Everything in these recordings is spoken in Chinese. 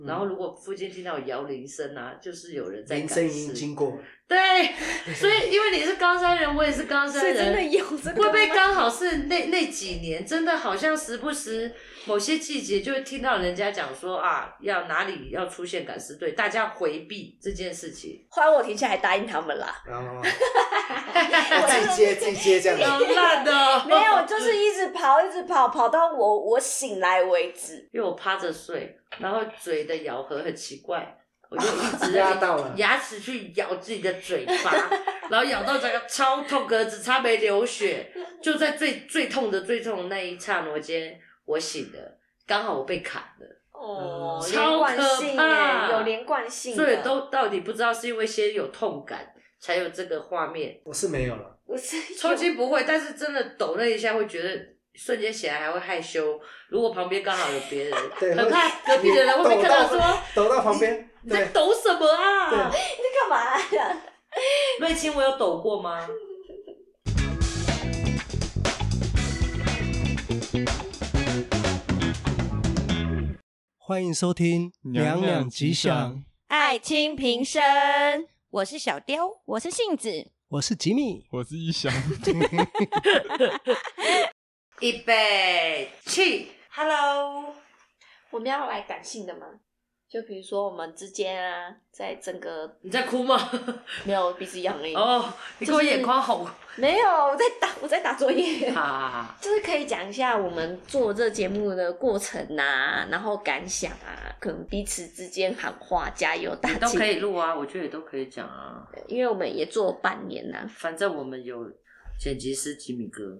然后如果附近听到有摇铃声啊，就是有人在赶铃声已经经过了。 对，所以因为你是冈山人，我也是冈山人， 所以真的有这个吗？ 会不会刚好是那几年，真的好像时不时某些季节就会听到人家讲说啊，要哪里要出现赶尸队，大家回避这件事情。 后来我停下来答应他们啦。 哦，自己接这样子。 好烂哦！ 没有，就是一直跑，跑到我醒来为止。 因为我趴着睡，然后嘴的咬合很奇怪。我就一直压到了牙齿去咬自己的嘴巴，然后咬到整个超痛，可只差没流血。就在最痛的那一刹那间，我醒了，刚好我被砍了。 哦， 超可怕， 连贯性耶，有连贯性的。 所以都到底不知道是因为先有痛感，才有这个画面。 我是没有了， 我是抽筋不会，但是真的抖那一下会觉得瞬间起来还会害羞。如果旁边刚好有别人， 对， 很怕隔壁的人会不会看到说抖到旁边， 你在抖什么啊？ 你在干嘛呀？ 瑞清，我有抖过吗？ 欢迎收听娘娘吉祥， 爱卿平生， 我是小雕，我是杏子， 我是吉米， 我是一翔。 预备起 ，Hello。 我们要来感性的吗？就比如说我们之间啊，在整个你在哭吗？ 没有鼻子痒而已。 哦，你给我眼眶红。 没有，我在打作业。 好， 就是可以讲一下我们做这节目的过程啊，然后感想啊，可能彼此之间喊话加油打气都可以录啊，我觉得也都可以讲啊。 因为我们也做半年啦， 反正我们有剪辑师吉米哥，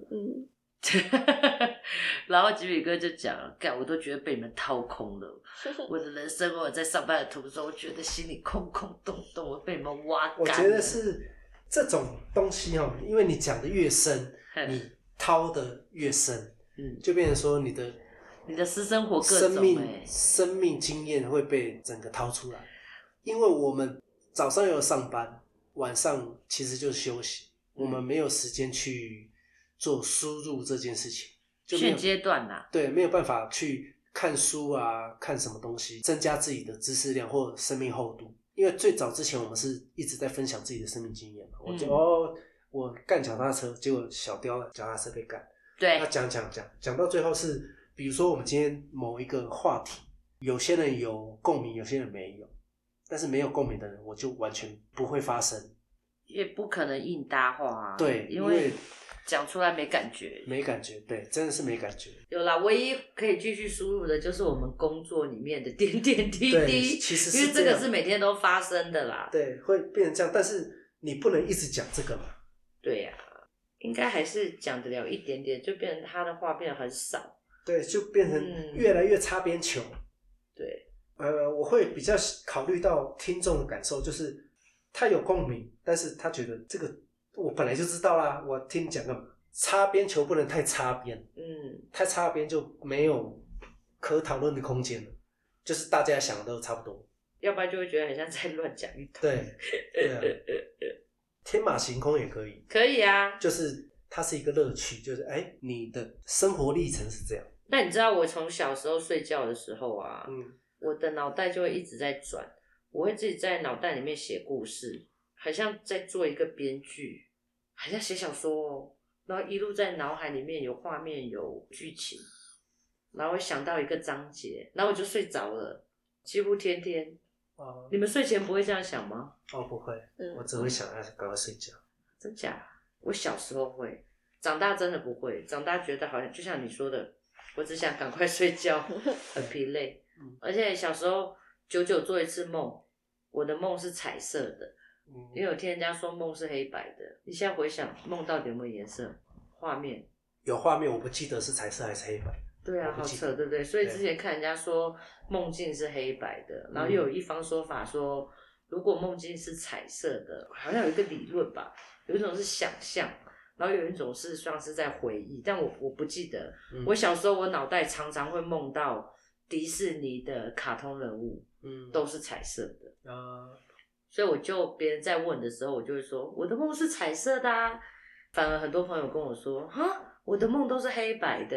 然后吉米哥就讲，干我都觉得被你们掏空了。我的人生，我在上班的途中，我觉得心里空空洞洞，我被你们挖干了。 我觉得是这种东西哦，因为你讲的越深，你掏的越深，就变成说你的私生活各种生命经验会被整个掏出来。因为我们早上有上班，晚上其实就是休息，我们没有时间去做输入这件事情，就现阶段啦， 对，没有办法去看书啊，看什么东西，增加自己的知识量或生命厚度。因为最早之前我们是一直在分享自己的生命经验嘛，我就我干脚踏车，结果小雕脚踏车被干， 对， 那讲到最后是，比如说我们今天某一个话题，有些人有共鸣，有些人没有，但是没有共鸣的人，我就完全不会发声， 也不可能硬搭话啊， 对， 因为讲出来没感觉，对， 真的是没感觉。 有啦，唯一可以继续输入的就是我们工作里面的点点滴滴， 其实是因为这个是每天都发生的啦。 对，会变成这样，但是你不能一直讲这个嘛。 对呀，应该还是讲得了一点点，就变成他的话变得很少。 对，就变成越来越擦边球。 对， 我会比较考虑到听众的感受，就是他有共鸣，但是他觉得这个我本来就知道啦，我听你讲干嘛？擦边球不能太擦边，太擦边就没有可讨论的空间了，就是大家想的都差不多， 要不然就会觉得很像在乱讲一通。 对啊，天马行空也可以， 可以啊， 就是它是一个乐趣，就是你的生活历程是这样。 那你知道我从小时候睡觉的时候啊，我的脑袋就会一直在转，我会自己在脑袋里面写故事，好像在做一个编剧，好像写小说哦，然后一路在脑海里面有画面有剧情，然后会想到一个章节，然后我就睡着了，几乎天天。你们睡前不会这样想吗？ 不会，我只会想要赶快睡觉。 真假？我小时候会，长大真的不会，长大觉得好像就像你说的，我只想赶快睡觉，很疲累。而且小时候久久做一次梦，我的梦是彩色的，因为有听人家说梦是黑白的。你现在回想梦到底有没有颜色？画面有画面，我不记得是彩色还是黑白。 对啊，好扯，对不对？所以之前看人家说梦境是黑白的，然后又有一方说法说，如果梦境是彩色的，好像有一个理论吧，有一种是想象，然后有一种是像是在回忆，但我不记得。我小时候我脑袋常常会梦到迪士尼的卡通人物，都是彩色的。所以我就别人在问的时候，我就会说我的梦是彩色的啊。反而很多朋友跟我说，哈，我的梦都是黑白的。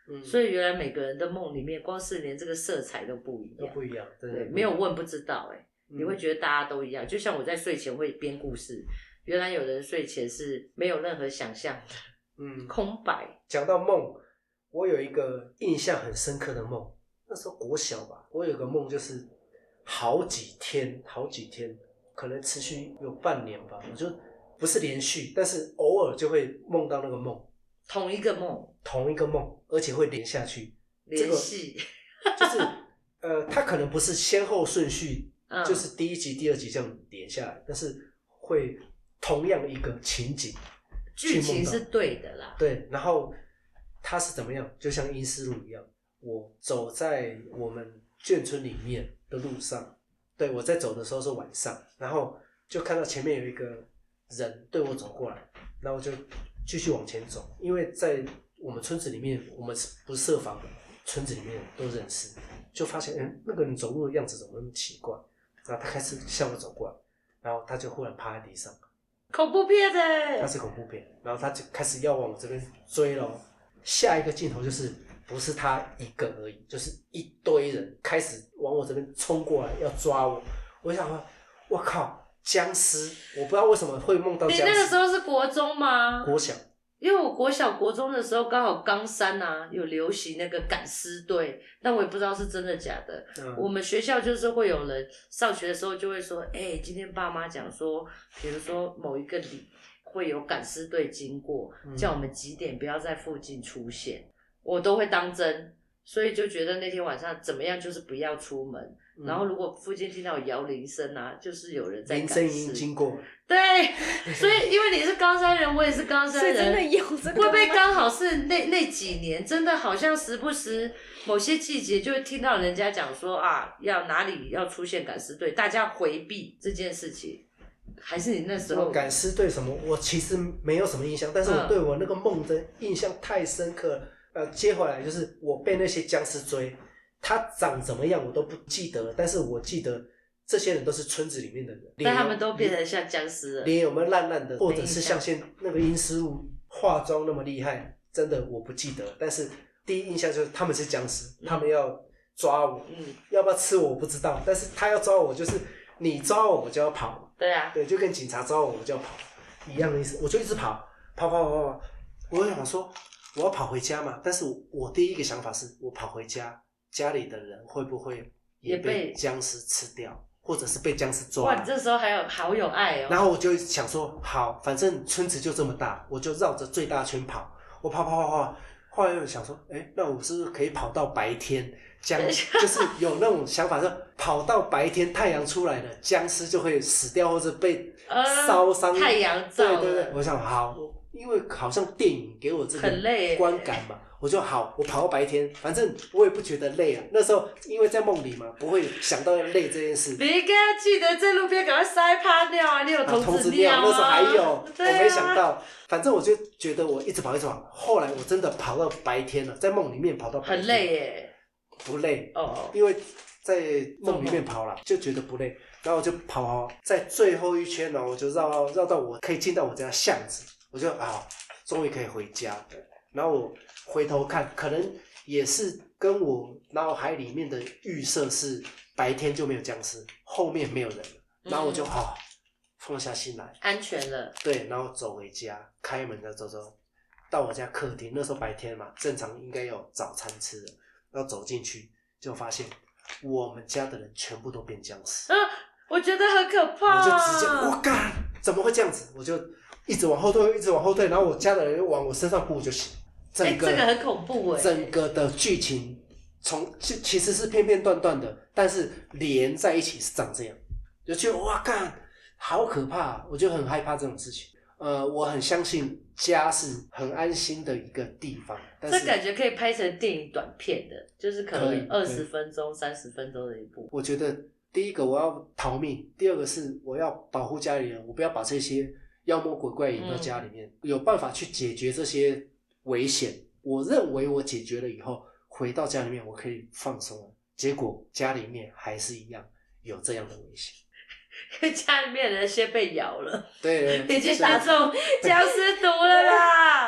所以原来每个人的梦里面，光是连这个色彩都不一样， 都不一样， 对，没有问不知道你会觉得大家都一样。就像我在睡前会编故事，原来有人睡前是没有任何想象的，空白。 讲到梦，我有一个印象很深刻的梦，那时候国小吧，我有个梦就是好几天，可能持续有半年吧，我就不是连续，但是偶尔就会梦到那个梦， 同一个梦， 而且会连下去， 联系， 就是它可能不是先后顺序，就是第一集、第二集这样连下来，但是会同样一个情景， 剧情是对的啦。 对，然后它是怎么样？就像阴尸路一样，我走在我们眷村里面的路上，对，我在走的时候是晚上，然后就看到前面有一个人对我走过来，然后我就继续往前走，因为在我们村子里面，我们不是设防的，村子里面都认识，就发现那个人走路的样子怎么那么奇怪，然后他开始向我走过来，然后他就忽然趴在地上， 恐怖片他是恐怖片，然后他就开始要往我这边追咯。下一个镜头就是不是他一个而已，就是一堆人开始往我这边冲过来要抓我。我想说，我靠，僵尸！我不知道为什么会梦到僵尸。 你那个时候是国中吗？ 国小。 因为我国小国中的时候刚好冈山有流行那个赶尸队，但我也不知道是真的假的。我们学校就是会有人上学的时候就会说，今天爸妈讲说，比如说某一个里会有赶尸队经过，叫我们几点不要在附近出现，我都会当真，所以就觉得那天晚上怎么样就是不要出门。然后如果附近听到有摇铃声就是有人在赶尸， 铃声已经经过了。 对，所以因为你是冈山人，我也是冈山人， 所以真的有这个吗？ 会不会刚好是那几年，真的好像时不时某些季节就会听到人家讲说要哪里要出现赶尸队，大家回避这件事情，还是你那时候赶尸队什么？我其实没有什么印象，但是我对我那个梦的印象太深刻了。接回来就是我被那些僵尸追。他长怎么样我都不记得了，但是我记得这些人都是村子里面的人， 但他们都变成像僵尸了， 脸有没有烂烂的，或者是像那个阴尸路化妆那么厉害，真的我不记得。但是第一印象就是他们是僵尸，他们要抓我，要不要吃我不知道，但是他要抓我，就是你抓我就要跑， 对啊， 对，就跟警察抓我就要跑一样的意思，我就一直跑，我想说我要跑回家嘛，但是我第一个想法是我跑回家。家里的人会不会也被僵尸吃掉，或者是被僵尸抓？ 哇，你这时候好有爱哦。 然后我就想说，好，反正村子就这么大，我就绕着最大圈跑。我跑，后来又想说，那我是不是可以跑到白天？就是有那种想法，说跑到白天太阳出来了，僵尸就会死掉或者被烧伤。 太阳照了。 对，我想好，因为好像电影给我这个观感嘛。我就好，我跑到白天，反正我也不觉得累啊。那时候因为在梦里嘛，不会想到要累这件事。 你应该要记得在路边赶快塞趴尿啊！你有童子尿那时候还有， 对啊， 我没想到。反正我就觉得我一直跑。后来我真的跑到白天了，在梦里面跑到白天。 很累耶。 不累哦， 因为在梦里面跑了，就觉得不累。然后我就跑，在最后一圈我就绕到我可以进到我家巷子，我就终于可以回家。然后我回头看，可能也是跟我脑海里面的预设是白天就没有僵尸，后面没有人了，然后我就放下心来， 安全了。 对，然后走回家，开门的走，到我家客厅，那时候白天嘛，正常应该有早餐吃的，然后走进去就发现我们家的人全部都变僵尸。 我觉得很可怕。 我就直接我干，怎么会这样子？我就一直往后退，然后我家的人往我身上扑就行。这个很恐怖整个的剧情其实是片片段段的，但是连在一起是长这样，就觉得哇干，好可怕，我就很害怕这种事情。我很相信家是很安心的一个地方，但是这感觉可以拍成电影短片的，就是可能20分钟、30分钟的一部。 我觉得第一个我要逃命，第二个是我要保护家里人，我不要把这些妖魔鬼怪引到家里面，有办法去解决这些危险。我认为我解决了以后，回到家里面我可以放松了，结果家里面还是一样有这样的危险。 因为家里面的人先被咬了， 对， 已经打中僵尸毒了啦。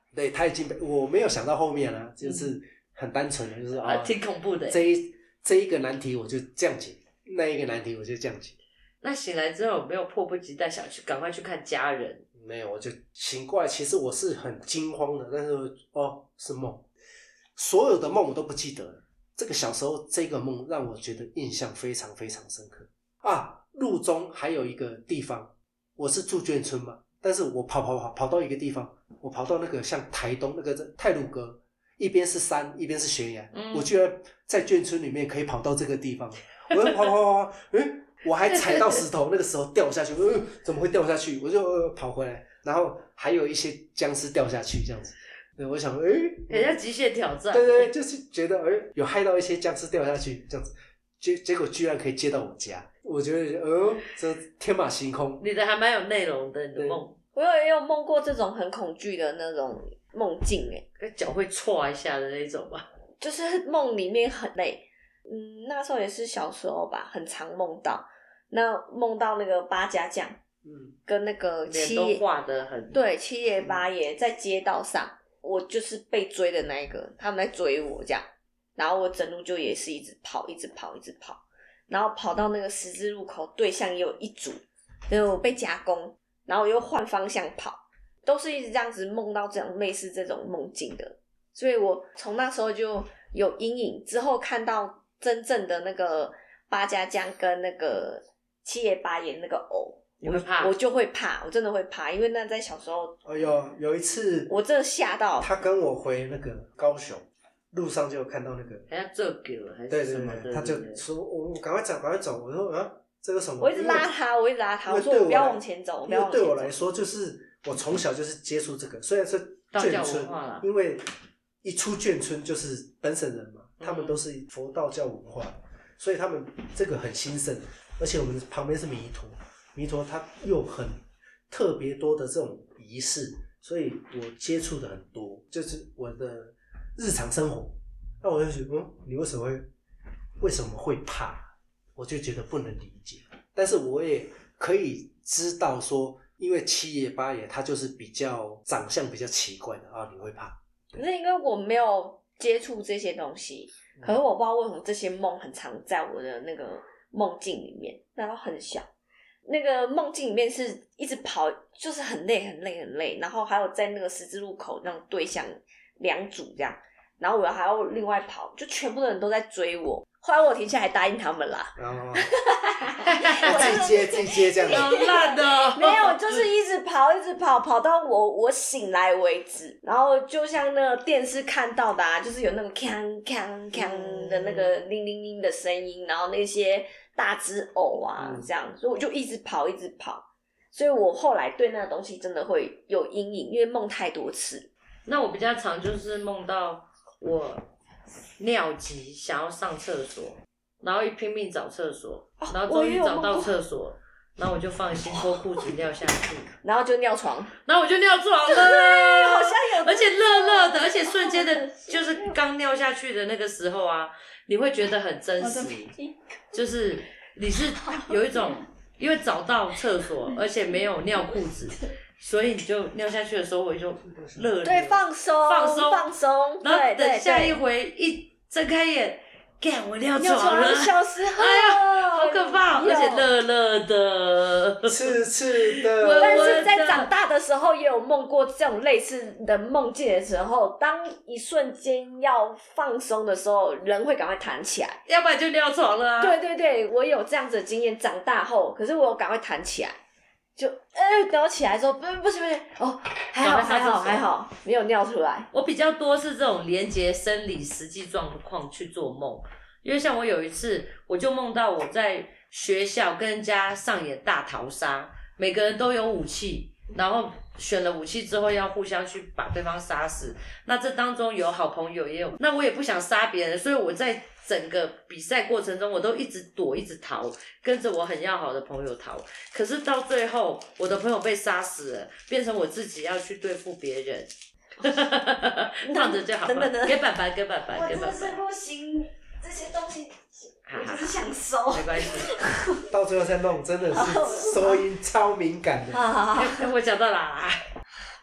对，他已经我没有想到后面了，就是很单纯的，就是挺恐怖的。 这一个难题我就这样解，那一个难题我就这样解。 那醒来之后有没有迫不及待想去赶快去看家人？ 没有，我就醒过来，其实我是很惊慌的，但是是梦，所有的梦我都不记得了。这个小时候这个梦让我觉得印象非常非常深刻啊！路中还有一个地方，我是住眷村嘛，但是我跑到一个地方，我跑到那个像台东那个太鲁阁，一边是山，一边是悬崖，我居然在眷村里面可以跑到这个地方，我就跑，我还踩到石头，那个石头掉下去，怎么会掉下去？我就跑回来，然后还有一些僵尸掉下去这样子。对，我想， 很像极限挑战。 对，就是觉得，有害到一些僵尸掉下去这样子，结果居然可以接到我家，我觉得，这天马行空。 你的还蛮有内容的，你的梦。 我也有梦过这种很恐惧的那种梦境， 脚会挫一下的那种吧。 就是梦里面很累。那时候也是小时候吧，很常梦到。那梦到那个八家将，跟那个脸都画得很对，七爷八爷在街道上，我就是被追的那一个，他们在追我这样，然后我整路就也是一直跑，然后跑到那个十字路口，对象也有一组，然后我被夹攻，然后我又换方向跑，都是一直这样子梦到这种类似这种梦境的，所以我从那时候就有阴影，之后看到真正的那个八家将跟那个七爷八爷那个偶， 你会怕？ 我就会怕，我真的会怕，因为那在小时候， 有一次我真的吓到。 他跟我回那个高雄，路上就有看到那个， 好像这个还是什么的， 对，他就说我赶快走，我说这个什么？ 我一直拉他，我说我不要往前走， 因为对我来说，就是我从小就是接触这个，虽然是眷村，因为一出眷村就是本省人嘛，他们都是佛道教文化，所以他们这个很兴盛，而且我们旁边是弥陀它又很特别多的这种仪式，所以我接触的很多，就是我的日常生活。那我就觉得，你为什么会怕？我就觉得不能理解。但是我也可以知道说，因为七爷八爷他就是比较长相比较奇怪的你会怕。 可是因为我没有接触这些东西，可是我不知道为什么这些梦很常在我的那个梦境里面，那都很小。那个梦境里面是一直跑，就是很累，然后还有在那个十字路口那种对象两组这样，然后我还要另外跑，就全部的人都在追我。后来我停下来答应他们啦。 自己接这样子。 好烂哦！ 没有，就是一直跑到我醒来为止。然后就像那个电视看到的就是有那个锵锵锵的那个铃铃铃的声音，然后那些大只偶这样，所以我就一直跑。所以我后来对那个东西真的会有阴影，因为梦太多次。 那我比较常就是梦到我尿急想要上厕所，然后一拼命找厕所，然后终于找到厕所，然后我就放心脱裤子尿下去， 然后就尿床， 然后我就尿床了， 好像有， 而且热的，而且瞬间的，就是刚尿下去的那个时候你会觉得很真实，就是你是有一种因为找到厕所，而且没有尿裤子。所以你就尿下去的时候，我就热， 对，放松， 然后等下一对回一睁开眼，干我尿床了， 小时候， 哎呀，好可怕，而且热的， 刺的。 但是在长大的时候，也有梦过这种类似的梦境的时候，当一瞬间要放松的时候，人会赶快弹起来， 要不然就尿床了。 对，我有这样子的经验，长大后，可是我有赶快弹起来。就等我起来之后，不行还好，没有尿出来。 我比较多是这种连结生理实际状况去做梦，因为像我有一次，我就梦到我在学校跟人家上演大逃杀，每个人都有武器，然后选了武器之后要互相去把对方杀死。那这当中有好朋友也有，那我也不想杀别人，所以我在整个比赛过程中，我都一直躲，一直逃，跟着我很要好的朋友逃。可是到最后，我的朋友被杀死了，变成我自己要去对付别人。放着就好了，给板板。 我真的是不行，这些东西我只是想收， 没关系。 到最后再弄，真的是收音超敏感的。 好， 我讲到哪啦？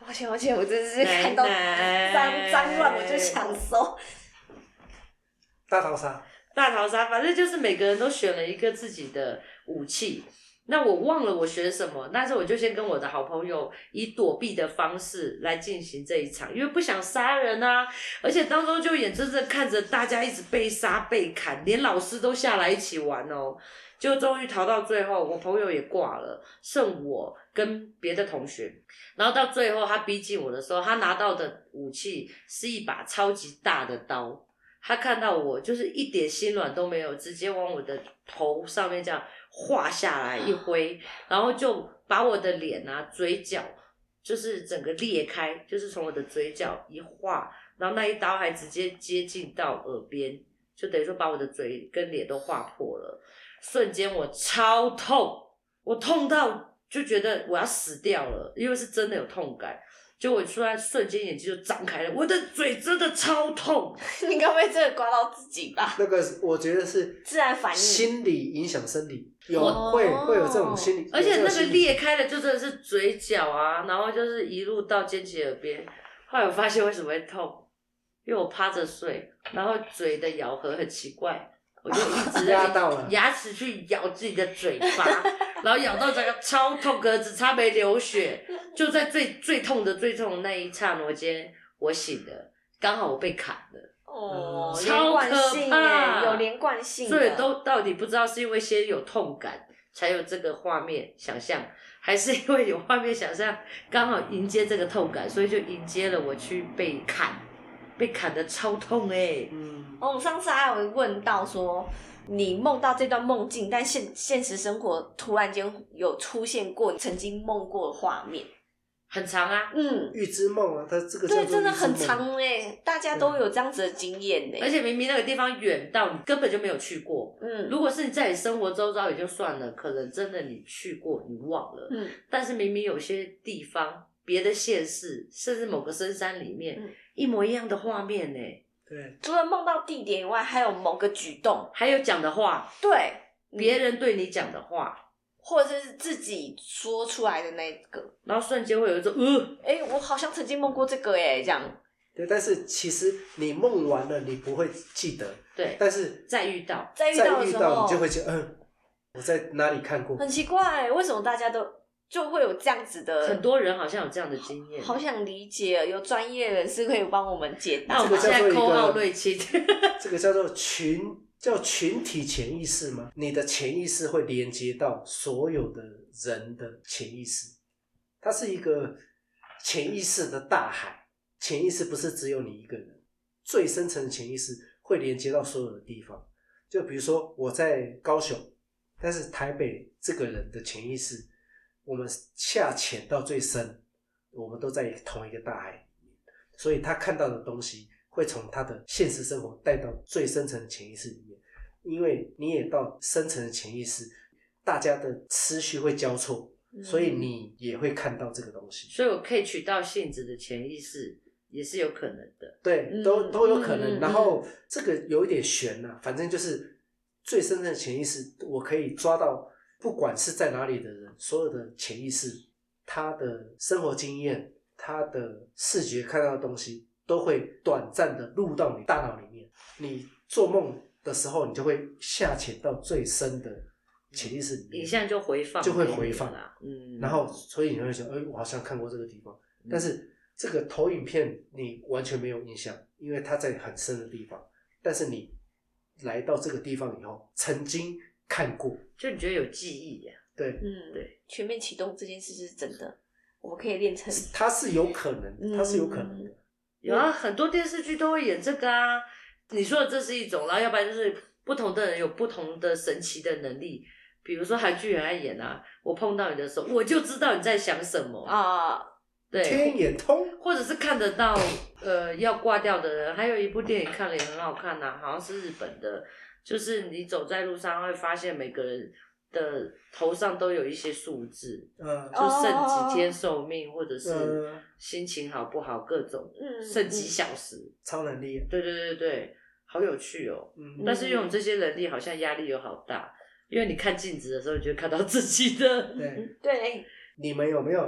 抱歉，我真的是看到脏乱我就想收。 大逃杀， 反正就是每个人都选了一个自己的武器。那我忘了我选什么，但是我就先跟我的好朋友以躲避的方式来进行这一场，因为不想杀人啊，而且当中就眼睁睁看着大家一直被杀被砍，连老师都下来一起玩哦。就终于逃到最后，我朋友也挂了，剩我跟别的同学。然后到最后他逼近我的时候，他拿到的武器是一把超级大的刀。他看到我就是一点心软都没有，直接往我的头上面这样划下来一挥，然后就把我的脸啊嘴角就是整个裂开，就是从我的嘴角一划，然后那一刀还直接接近到耳边，就等于说把我的嘴跟脸都划破了。瞬间我超痛，我痛到就觉得我要死掉了，因为是真的有痛感。就我突然瞬间眼睛就张开了，我的嘴真的超痛。 你该不会真的刮到自己吧？ 那个我觉得是自然反应， 心理影响生理，会有这种心理， 而且那个裂开的就真的是嘴角啊，然后就是一路到尖起耳边。后来我发现为什么会痛，因为我趴着睡，然后嘴的咬合很奇怪，我就一直压到了牙齿去咬自己的嘴巴，然后咬到整个超痛，可只差没流血。就在最痛的那一刹那间，我醒了，刚好我被砍了。 哦， 超可怕， 有连贯性的。 所以都到底不知道是因为先有痛感才有这个画面想象，还是因为有画面想象刚好迎接这个痛感，所以就迎接了我去被砍的超痛我们上次还有问到说，你梦到这段梦境，但现实生活突然间有出现过你曾经梦过的画面。 很长啊， 预知梦啊，它这个叫做对，真的很长大家都有这样子的经验而且明明那个地方远到你根本就没有去过，如果是你在你生活周遭也就算了，可能真的你去过你忘了，但是明明有些地方别的县市甚至某个深山里面，一模一样的画面对， 除了梦到地点以外，还有某个举动， 还有讲的话， 对， 别人对你讲的话， 或者是自己说出来的那个， 然后瞬间会有一种我好像曾经梦过这个这样。 对，但是其实你梦完了，你不会记得， 对， 但是再遇到的时候， 你就会觉得我在哪里看过， 很奇怪，为什么大家都就会有这样子的？ 很多人好像有这样的经验， 好想理解，有专业人士可以帮我们解答。 那我们现在扣号瑞清， 这个叫做群体潜意识吗？你的潜意识会连接到所有的人的潜意识，它是一个潜意识的大海。潜意识不是只有你一个人，最深层的潜意识会连接到所有的地方。就比如说我在高雄，但是台北这个人的潜意识，我们下潜到最深，我们都在同一个大海里面，所以他看到的东西会从他的现实生活带到最深层的潜意识里面，因为你也到深层的潜意识，大家的思绪会交错，所以你也会看到这个东西。 所以我可以取到性质的潜意识也是有可能的， 对，都有可能。然后这个有一点悬啊，反正就是最深层的潜意识，我可以抓到，不管是在哪里的人，所有的潜意识，他的生活经验，他的视觉看到的东西，都会短暂的入到你大脑里面。你做梦的时候，你就会下潜到最深的潜意识里面， 影像就回放， 就会回放啦。 然后所以你会想，我好像看过这个地方，但是这个投影片你完全没有印象，因为它在很深的地方，但是你来到这个地方以后，曾经看过， 就你觉得有记忆呀？ 对， 对， 全面启动这件事是真的，我们可以练成， 它是有可能，它是有可能的。 有啊，很多电视剧都会演这个啊。你说的这是一种，然后要不然就是不同的人有不同的神奇的能力。比如说韩剧很爱演啊，我碰到你的时候，我就知道你在想什么啊。对， 天眼通， 或者是看得到要挂掉的人。还有一部电影看了也很好看啊，好像是日本的，就是你走在路上会发现每个人的头上都有一些数字，就剩几天寿命，或者是心情好不好，各种剩几小时， 超能力， 对，好有趣哦。但是拥有这些能力好像压力又好大，因为你看镜子的时候，你就会看到自己的。 对， 你们有没有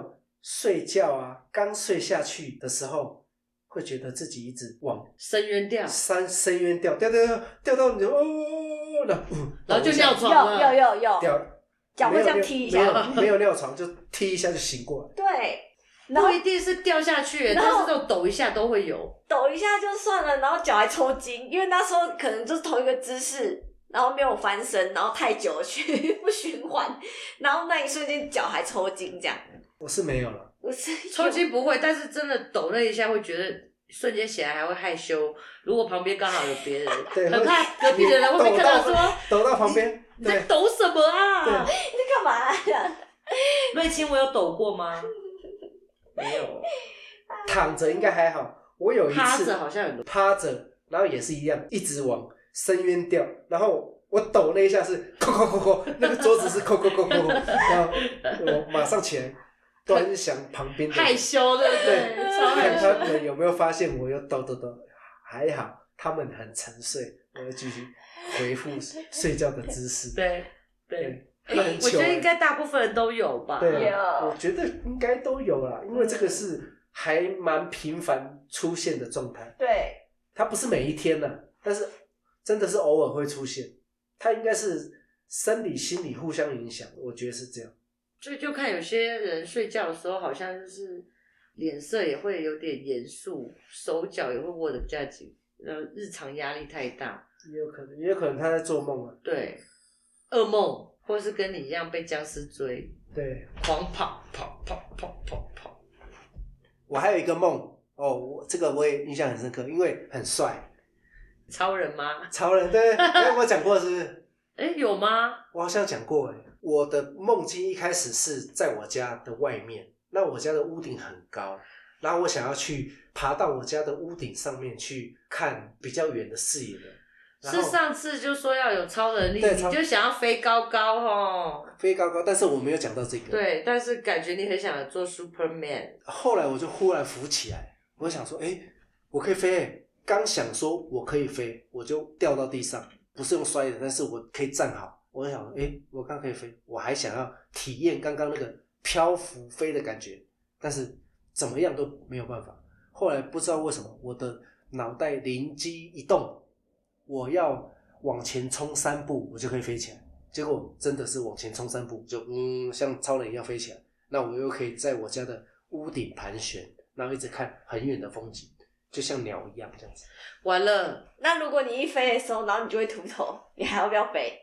睡觉啊，刚睡下去的时候，会觉得自己一直往深渊掉， 深渊掉到你就然后就尿床了， 有， 掉， 脚会这样踢一下， 没有尿床就踢一下就醒过来。 对，然后不一定是掉下去，但是这种抖一下都会有， 抖一下就算了，然后脚还抽筋，因为那时候可能就是同一个姿势，然后没有翻身，然后太久了去不循环，然后那一瞬间脚还抽筋这样。 我是没有了， 我是抽筋不会，但是真的抖那一下会觉得瞬间起来还会害羞。如果旁边刚好有别人， 对， 很怕隔壁的人会被看到说抖到旁边， 你在抖什么啊？ 你在干嘛呀？ 瑞清，我有抖过吗？没有， 躺着应该还好。我有一次趴着好像有趴着，然后也是一样，一直往深渊掉，然后我抖那一下是扣，那个桌子是扣，然后我马上起来，端详旁边的人害羞，对不对？超害看羞。 他们有没有发现我又抖，还好他们很沉睡，我又继续恢复睡觉的姿势。 对， 很糗我觉得应该大部分人都有吧。 对， 有我觉得应该都有啦，因为这个是还蛮频繁出现的状态。 对， 它不是每一天啦，但是真的是偶尔会出现。它应该是生理心理互相影响，我觉得是这样。 所以就看有些人睡觉的时候，好像就是脸色也会有点严肃，手脚也会握得比较紧，日常压力太大， 也有可能他在做梦啊。 对，噩梦，或是跟你一样被僵尸追， 对， 狂跑。 我还有一个梦哦，这个我也印象很深刻，因为很帅， 超人吗？ 超人对，我讲过是不是？ 有吗？ 我好像讲过我的梦境一开始是在我家的外面，那我家的屋顶很高，然后我想要去爬到我家的屋顶上面去看比较远的视野的。 是上次就说要有超能力， 对你就想要飞高高哦。 飞高高，但是我没有讲到这个。 对，但是感觉你很想做 Superman。 后来我就忽然浮起来，我想说，我可以飞。刚想说我可以飞，我就掉到地上，不是用摔的，但是我可以站好。我就想说，我刚可以飞，我还想要体验刚刚那个漂浮飞的感觉，但是怎么样都没有办法。后来不知道为什么，我的脑袋灵机一动，我要往前冲3步，我就可以飞起来。结果真的是往前冲3步，就像超人一样飞起来。那我又可以在我家的屋顶盘旋，然后一直看很远的风景，就像鸟一样这样子。 完了， 那如果你一飞的时候，然后你就会秃头，你还要不要飞？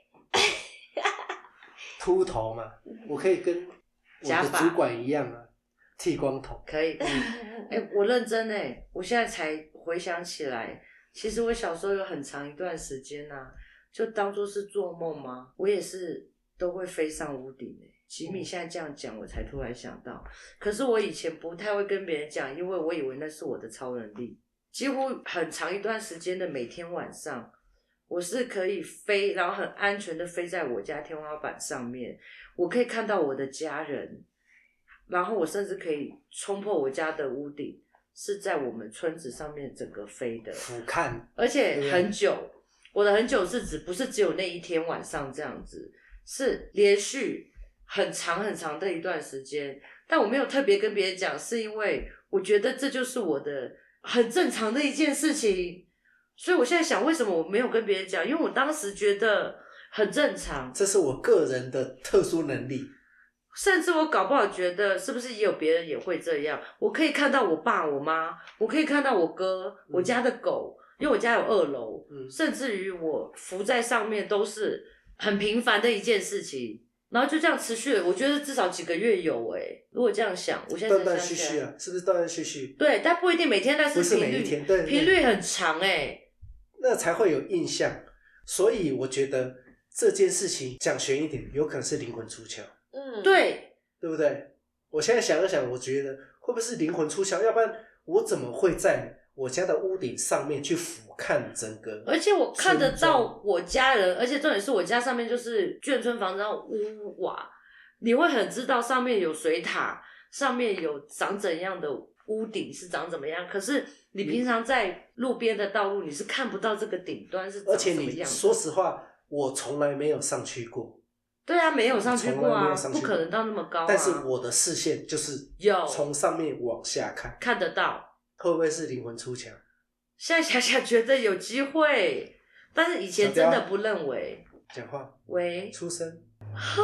秃头嘛，我可以跟我的主管一样啊，剃光头。 可以。我认真我现在才回想起来，其实我小时候有很长一段时间就当作是做梦嘛，我也是都会飞上屋顶吉米现在这样讲，我才突然想到，可是我以前不太会跟别人讲，因为我以为那是我的超能力。几乎很长一段时间的每天晚上，我是可以飞，然后很安全的飞在我家天花板上面，我可以看到我的家人，然后我甚至可以冲破我家的屋顶，是在我们村子上面整个飞的， 俯瞰， 而且很久。我的很久是指不是只有那一天晚上这样子，是连续很长很长的一段时间，但我没有特别跟别人讲，是因为我觉得这就是我的很正常的一件事情，所以我现在想为什么我没有跟别人讲，因为我当时觉得很正常， 这是我个人的特殊能力。 甚至我搞不好觉得是不是也有别人也会这样，我可以看到我爸我妈，我可以看到我哥，我家的狗，因为我家有2楼，甚至于我浮在上面都是很平凡的一件事情，然后就这样持续了，我觉得至少几个月有如果这样想，我现在断断续续啊，是不是断断续续？ 对，但不一定每天，但不是频率每一天，对， 频率很长那才会有印象。所以我觉得这件事情讲玄一点，有可能是灵魂出窍，对不对？我现在想一想，我觉得会不会是灵魂出窍？要不然我怎么会在我家的屋顶上面去俯瞰整个？ 而且我看得到我家人，而且重点是我家上面就是眷村房子，然后屋瓦，你会很知道上面有水塔，上面有长怎样的屋顶是长怎么样。可是你平常在路边的道路，你是看不到这个顶端是长什么样的。 而且你说实话，我从来没有上去过， 对啊，没有上去过从来没啊有上去过不可能到那么高啊。 但是我的视线就是有从上面往下看， 看得到， 会不会是灵魂出窍？ 现在想想觉得有机会，但是以前真的不认为。 讲话， 喂， 出声哈，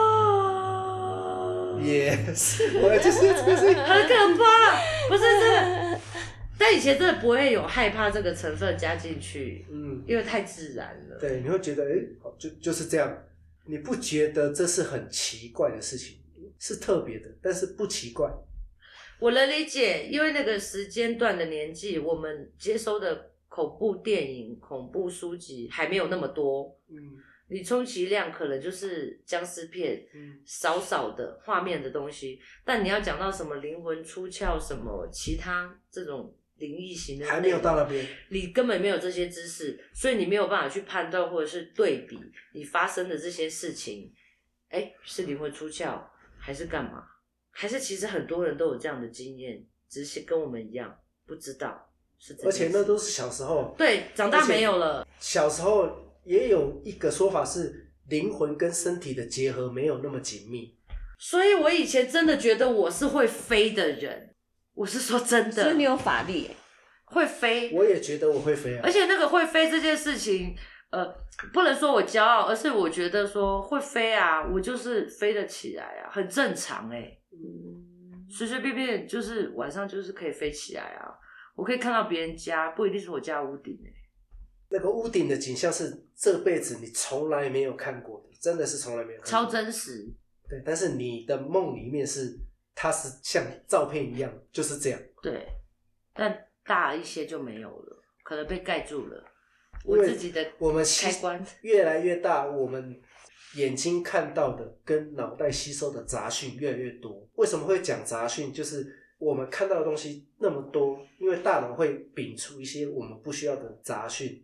，yes， 我就是要这个声音， 很可怕，不是这个。但以前真的不会有害怕这个成分加进去，因为太自然了。 对，你会觉得好就是这样，你不觉得这是很奇怪的事情，是特别的，但是不奇怪。 我能理解，因为那个时间段的年纪，我们接收的恐怖电影、恐怖书籍还没有那么多。你充其量可能就是僵尸片，少少的画面的东西。但你要讲到什么灵魂出窍，什么其他这种灵异型的， 还没有到那边， 你根本没有这些知识，所以你没有办法去判断或者是对比你发生的这些事情，是灵魂出窍还是干嘛？还是其实很多人都有这样的经验，只是跟我们一样不知道是这件事。 而且那都是小时候， 对，长大没有了。 小时候也有一个说法是灵魂跟身体的结合没有那么紧密， 所以我以前真的觉得我是会飞的人，我是说真的。 所以你有法力耶， 会飞。 我也觉得我会飞啊。 而且那个会飞这件事情，不能说我骄傲，而是我觉得说会飞啊，我就是飞得起来啊，很正常随随便便就是晚上就是可以飞起来啊，我可以看到别人家，不一定是我家屋顶那个屋顶的景象是这辈子你从来没有看过的，真的是从来没有看过， 超真实。 对，但是你的梦里面它是像照片一样，就是这样。 对，但大一些就没有了，可能被盖住了。我自己的我们开关越来越大，我们眼睛看到的跟脑袋吸收的杂讯越来越多。为什么会讲杂讯？就是我们看到的东西那么多，因为大脑会摒除一些我们不需要的杂讯。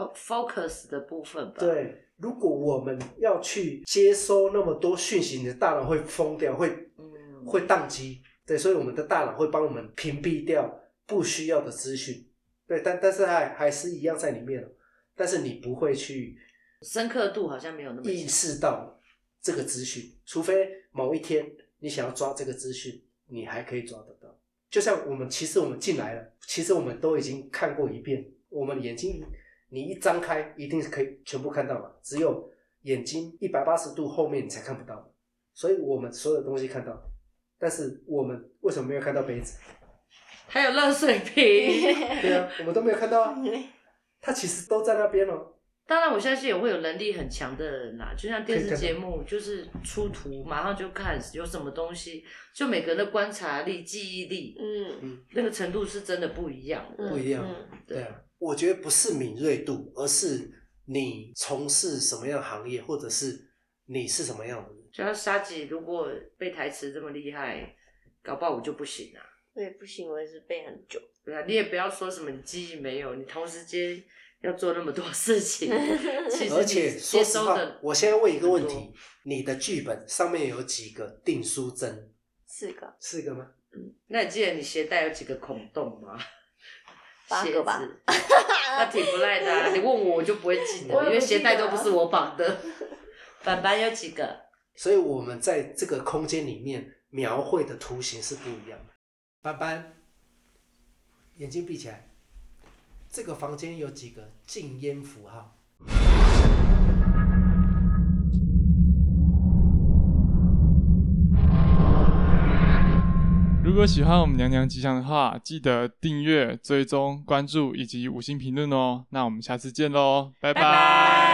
focus 的部分吧。 对，如果我们要去接收那么多讯息，你的大脑会疯掉，会宕机。对，所以我们的大脑会帮我们屏蔽掉不需要的资讯。对，但是还是一样在里面，但是你不会去深刻度好像没有那么意识到这个资讯，除非某一天你想要抓这个资讯，你还可以抓得到。就像其实我们进来了，其实我们都已经看过一遍，我们眼睛你一张开一定是可以全部看到嘛，只有眼睛180度后面你才看不到，所以我们所有东西看到，但是我们为什么没有看到杯子？ 还有热水瓶。 对啊，我们都没有看到啊，它其实都在那边哦。 当然我相信也会有能力很强的人啦，就像电视节目就是出图马上就看有什么东西，就每个人的观察力记忆力那个程度是真的不一样的。 不一样对啊，我觉得不是敏锐度，而是你从事什么样的行业，或者是你是什么样的人。 就像沙姐如果背台词这么厉害，搞不好我就不行啊。 我也不行，我也是背很久。 对啊，你也不要说什么你记忆没有，你同时间要做那么多事情，其实而且你接收的， 我现在问一个问题，你的剧本上面有几个订书针？4个吗？ 那你记得你鞋带有几个孔洞吗 ？8个吧。 那挺不赖的啊，你问我就不会记得，因为鞋带都不是我绑的。板板有几个？ 所以我们在这个空间里面描绘的图形是不一样的。板板，眼睛闭起来。这个房间有几个禁烟符号？ 如果喜欢我们娘娘吉祥的话，记得订阅、追踪、关注以及5星评论哦。那我们下次见喽，拜拜。